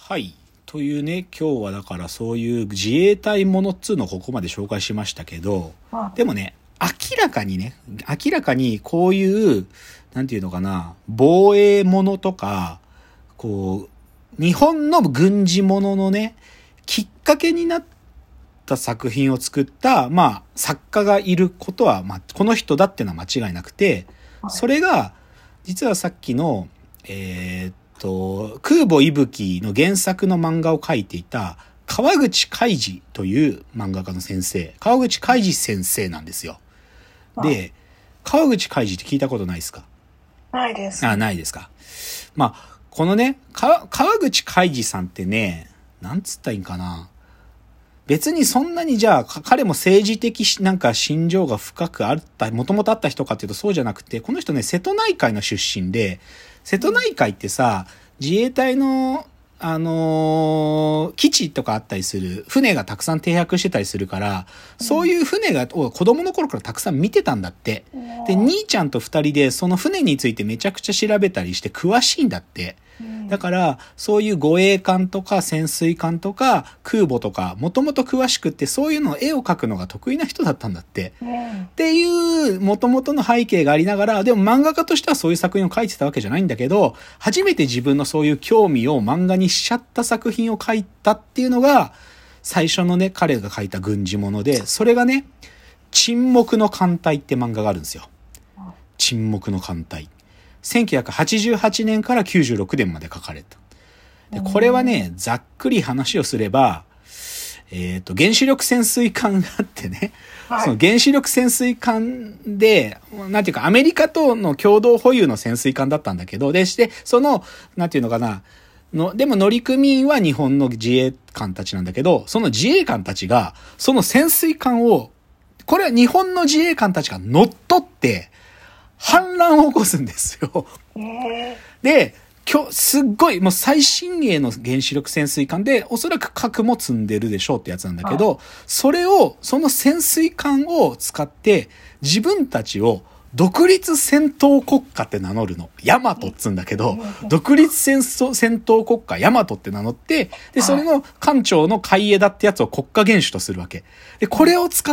はい。というね、今日はだからそういう自衛隊ものっつうのをここまで紹介しましたけど、でもね、明らかにこういう、なんていうのかな、防衛ものとか、こう、日本の軍事もののね、きっかけになった作品を作った、作家がいることは、この人だっていうのは間違いなくて、それが、実はさっきの、空母息吹の原作の漫画を描いていた川口海二という漫画家の先生、川口海二先生なんですよ。で、川口海二って聞いたことないですか？ ないです。 ないですか。このね、川口海二さんってね、なんつったらいいんかな。別にそんなにじゃあ彼も政治的心情が深くあった、もともとあった人かっていうとそうじゃなくて、この人ね、瀬戸内海の出身で、瀬戸内海ってさ、自衛隊の、基地とかあったりする、船がたくさん停泊してたりするから、そういう船を子供の頃からたくさん見てたんだって。で、兄ちゃんと二人でその船についてめちゃくちゃ調べたりして詳しいんだって。だから、そういう護衛艦とか潜水艦とか空母とか、もともと詳しくって、そういうのを絵を描くのが得意な人だったんだって。っていう、もともとの背景がありながら、でも漫画家としてはそういう作品を描いてたわけじゃないんだけど、初めて自分のそういう興味を漫画にしちゃった作品を描いたっていうのが、最初のね、彼が描いた軍事もので、それがね、沈黙の艦隊って漫画があるんですよ。沈黙の艦隊。1988年から96年まで書かれた。で、これはね、ざっくり話をすれば、原子力潜水艦があってね、その原子力潜水艦で、なんていうかアメリカとの共同保有の潜水艦だったんだけど、でして、その、なんていうのかな、でも乗組員は日本の自衛官たちなんだけど、その自衛官たちが、その潜水艦を、これは日本の自衛官たちが乗っ取って、反乱を起こすんですよ。で、すっごい、もう最新鋭の原子力潜水艦で、おそらく核も積んでるでしょうってやつなんだけど、その潜水艦を使って、自分たちを独立戦闘国家って名乗るの。ヤマトっつうんだけど、独立戦闘国家ヤマトって名乗って、で、それの艦長の海江田ってやつを国家元首とするわけ。で、これを使って、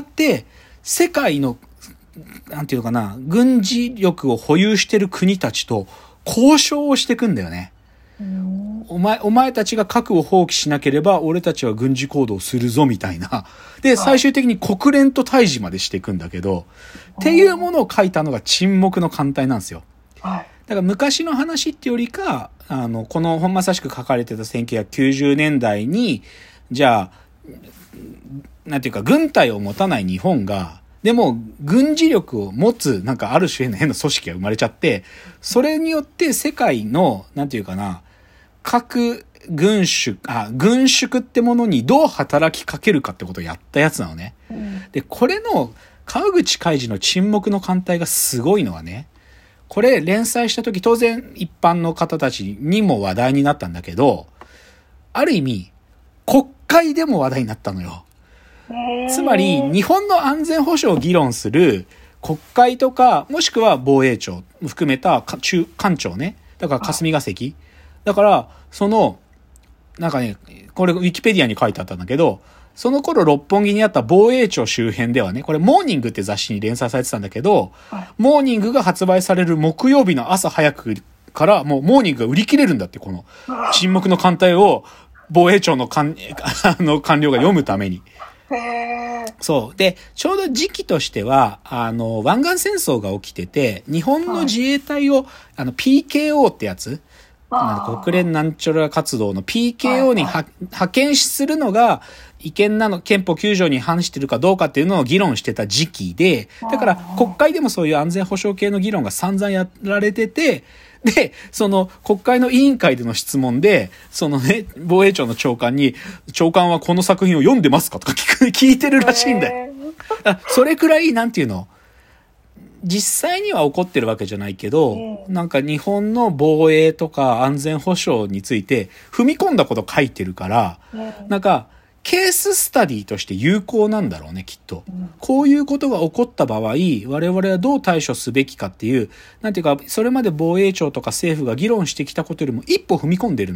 世界のなんていうのかな、軍事力を保有してる国たちと交渉をしていくんだよね。お前たちが核を放棄しなければ俺たちは軍事行動をするぞみたいな。で、最終的に国連と対峙までしていくんだけど、っていうものを書いたのが沈黙の艦隊なんですよ。だから昔の話ってよりか、このまさしく書かれてた1990年代に、じゃあ、なんていうか軍隊を持たない日本が、でも、軍事力を持つ、ある種の変な組織が生まれちゃって、それによって世界の、なんていうかな、軍縮ってものにどう働きかけるかってことをやったやつなのね。で、これの、川口海二の沈黙の艦隊がすごいのはね、これ連載した時当然一般の方たちにも話題になったんだけど、ある意味、国会でも話題になったのよ。つまり、日本の安全保障を議論する国会とか、もしくは防衛庁含めた官庁ね。だから霞が関。だから、これウィキペディアに書いてあったんだけど、その頃六本木にあった防衛庁周辺ではね、これモーニングって雑誌に連載されてたんだけど、モーニングが発売される木曜日の朝早くからもうモーニングが売り切れるんだって、この沈黙の艦隊を防衛庁の官僚が読むために。そう。で、ちょうど時期としては、湾岸戦争が起きてて、日本の自衛隊を、PKO ってやつ、国連なんちゃら活動の PKO に派遣するのが、違憲なの、憲法9条に反してるかどうかっていうのを議論してた時期で、だから国会でもそういう安全保障系の議論が散々やられてて、で、その国会の委員会での質問で、そのね、防衛庁の長官に、長官はこの作品を読んでますかとか聞いてるらしいんだよ。それくらい、なんていうの、実際には起こってるわけじゃないけど、日本の防衛とか安全保障について踏み込んだこと書いてるから、ケーススタディとして有効なんだろうね、きっと。こういうことが起こった場合、我々はどう対処すべきかっていう、なんていうか、それまで防衛庁とか政府が議論してきたことよりも一歩踏み込んでるのよ。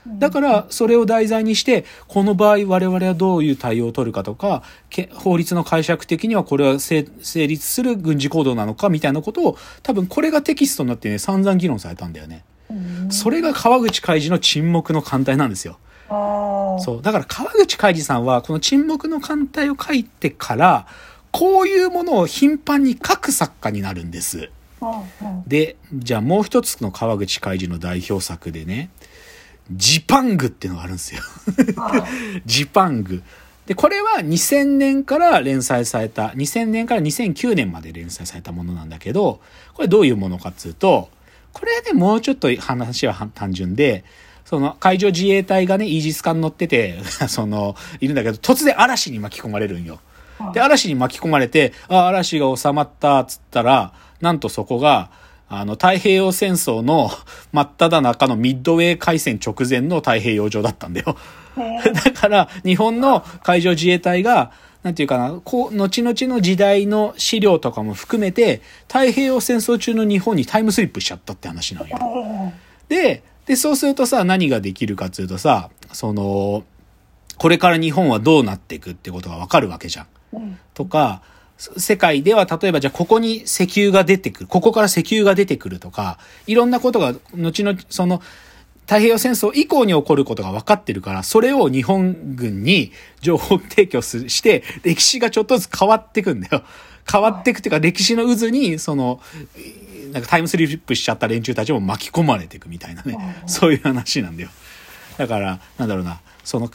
だから、それを題材にして、この場合我々はどういう対応を取るかとか、法律の解釈的にはこれは成立する軍事行動なのかみたいなことを、多分これがテキストになってね、散々議論されたんだよね。それが川口海二の沈黙の艦隊なんですよ。そう。だから川口海二さんは、この沈黙の艦隊を書いてから、こういうものを頻繁に書く作家になるんです。で、じゃあもう一つの川口海二の代表作でね、ジパングっていうのがあるんですよ。ジパング。で、これは2000年から連載された、2000年から2009年まで連載されたものなんだけど、これどういうものかっつうと、これね、もうちょっと話は単純で、その海上自衛隊がね、イージス艦乗ってて、いるんだけど、突然嵐に巻き込まれるんよ。で、嵐に巻き込まれて、嵐が収まった、つったら、なんとそこが、太平洋戦争の真っ只中のミッドウェー海戦直前の太平洋上だったんだよ。だから、日本の海上自衛隊が、なんていうかな、後々の時代の資料とかも含めて、太平洋戦争中の日本にタイムスリップしちゃったって話なんよ。で、そうするとさ、何ができるかっていうとさ、これから日本はどうなっていくってことがわかるわけじゃん。とか、世界では例えばじゃあここに石油が出てくる、ここから石油が出てくるとか、いろんなことが後々太平洋戦争以降に起こることが分かってるから、それを日本軍に情報提供して、歴史がちょっとずつ変わっていくんだよ。変わっていくっていうか、歴史の渦に、なんかタイムスリップしちゃった連中たちも巻き込まれていくみたいなね。そういう話なんだよ。だから、なんだろうな、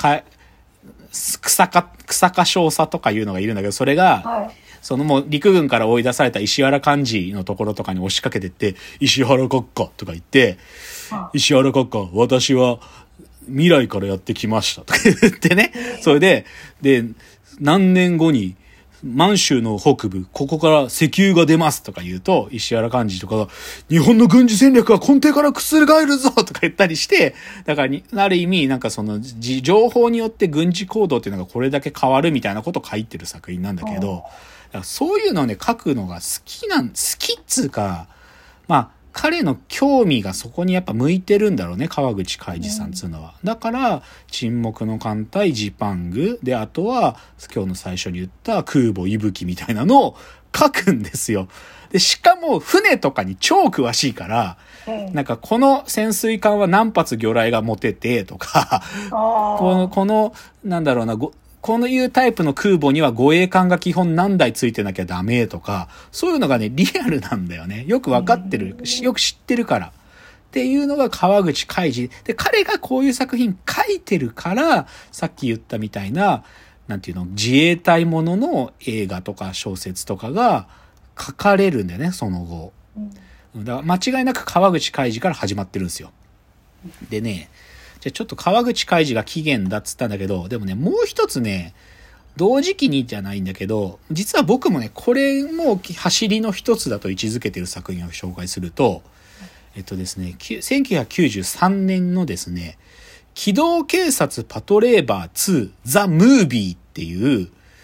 草加少佐とかいうのがいるんだけど、それが、もう陸軍から追い出された石原幹事のところとかに押しかけてって、石原閣下とか言って、石原閣下、私は未来からやってきましたとか言ってね。それで、何年後に満州の北部、ここから石油が出ますとか言うと、石原幹事とかが、日本の軍事戦略は根底から覆るぞとか言ったりして、だからある意味、なんか情報によって軍事行動っていうのがこれだけ変わるみたいなことを書いてる作品なんだけど、そういうのをね、書くのが好きっつうか、まあ、彼の興味がそこにやっぱ向いてるんだろうね、川口海二さんっつうのは。だから、沈黙の艦隊ジパングで、あとは、今日の最初に言った空母息吹みたいなのを書くんですよ。で、しかも船とかに超詳しいから、なんかこの潜水艦は何発魚雷が持ててとか、この、なんだろうな、このいうタイプの空母には護衛艦が基本何台ついてなきゃダメとか、そういうのがね、リアルなんだよね。よくわかってる、よく知ってるから。っていうのが川口海二。で、彼がこういう作品書いてるから、さっき言ったみたいな、なんていうの、自衛隊ものの映画とか小説とかが書かれるんだよね、その後。だから間違いなく川口海二から始まってるんですよ。でね、じゃあちょっと川口海二が起源だっつったんだけど、でもね、もう一つね、同時期にじゃないんだけど、実は僕もね、これも走りの一つだと位置づけてる作品を紹介すると、ですね、1993年のですね、機動警察パトレーバー2ザ・ムービーっていう、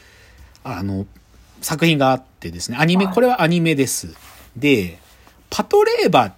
作品があってですね、これはアニメです。で、パトレーバーって、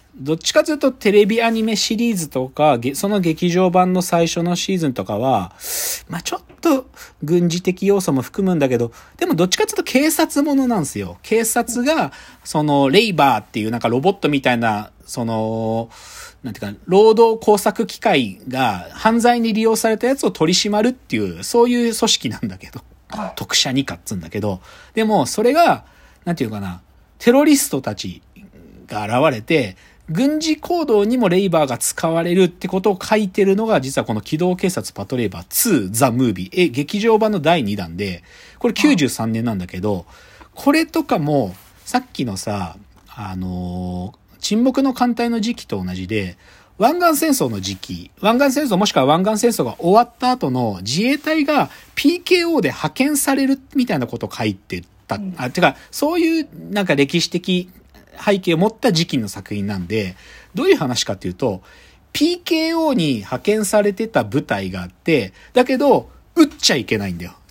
どっちかというとテレビアニメシリーズとか、その劇場版の最初のシーズンとかは、まあちょっと軍事的要素も含むんだけど、でもどっちかというと警察ものなんですよ。警察が、レイバーっていうなんかロボットみたいな、なんていうか、労働工作機械が犯罪に利用されたやつを取り締まるっていう、そういう組織なんだけど、特殊二課っつうんだけど、でもそれが、なんていうかな、テロリストたちが現れて、軍事行動にもレイバーが使われるってことを書いてるのが、実はこの機動警察パトレーバー2ザ・ムービー。劇場版の第2弾で、これ93年なんだけど、これとかも、さっきのさ、沈黙の艦隊の時期と同じで、湾岸戦争の時期、湾岸戦争もしくは湾岸戦争が終わった後の自衛隊が PKO で派遣されるみたいなことを書いてた。てか、そういうなんか歴史的背景を持った時期の作品なんで、どういう話かっていうと、PKO に派遣されてた部隊があって、だけど、撃っちゃいけないんだよ。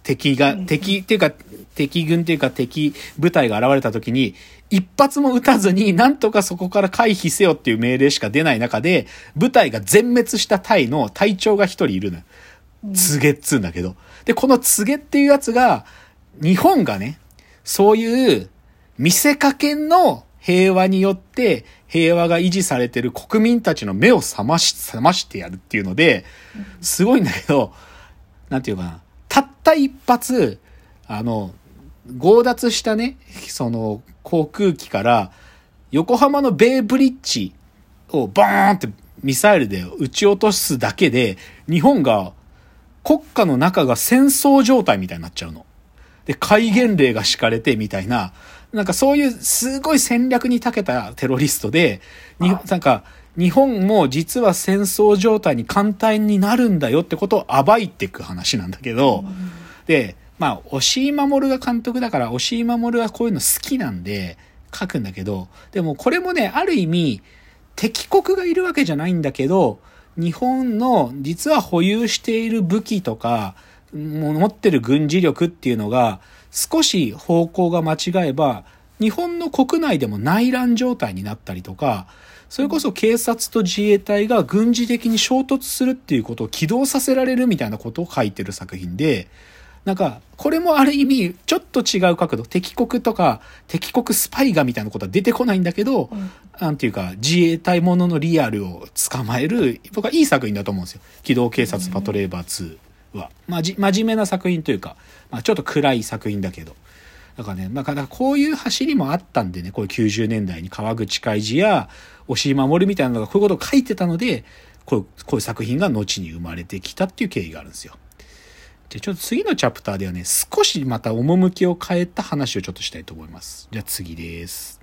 敵っていうか、敵軍っていうか敵部隊が現れた時に、一発も撃たずになんとかそこから回避せよっていう命令しか出ない中で、部隊が全滅した隊の隊長が一人いるのよ。告げっつうんだけど。で、この告げっていうやつが、日本がね、そういう見せかけの平和によって平和が維持されてる国民たちの目を覚ましてやるっていうので、すごいんだけど、なんていうかな、たった一発、強奪したね、その航空機から横浜のベイブリッジをボーンってミサイルで撃ち落とすだけで、日本が国家の中が戦争状態みたいになっちゃうの。で、戒厳令が敷かれてみたいな、なんかそういうすごい戦略に長けたテロリストで、なんか日本も実は戦争状態に簡単になるんだよってことを暴いていく話なんだけど、で、まあ、押井守が監督だから、押井守はこういうの好きなんで書くんだけど、でもこれもね、ある意味、敵国がいるわけじゃないんだけど、日本の実は保有している武器とか、持ってる軍事力っていうのが、少し方向が間違えば、日本の国内でも内乱状態になったりとか、それこそ警察と自衛隊が軍事的に衝突するっていうことを起動させられるみたいなことを書いてる作品で、なんか、これもある意味、ちょっと違う角度、敵国とか、敵国スパイがみたいなことは出てこないんだけど、なんていうか、自衛隊もののリアルを捕まえる、僕はいい作品だと思うんですよ。機動警察パトレーバー2は。真面目な作品というか、ちょっと暗い作品だけど。だからね、だからこういう走りもあったんでね、こういう90年代に川口海二や押井守みたいなのがこういうことを書いてたので、こういう作品が後に生まれてきたっていう経緯があるんですよ。で、ちょっと次のチャプターではね、少しまた趣を変えた話をちょっとしたいと思います。じゃあ次です。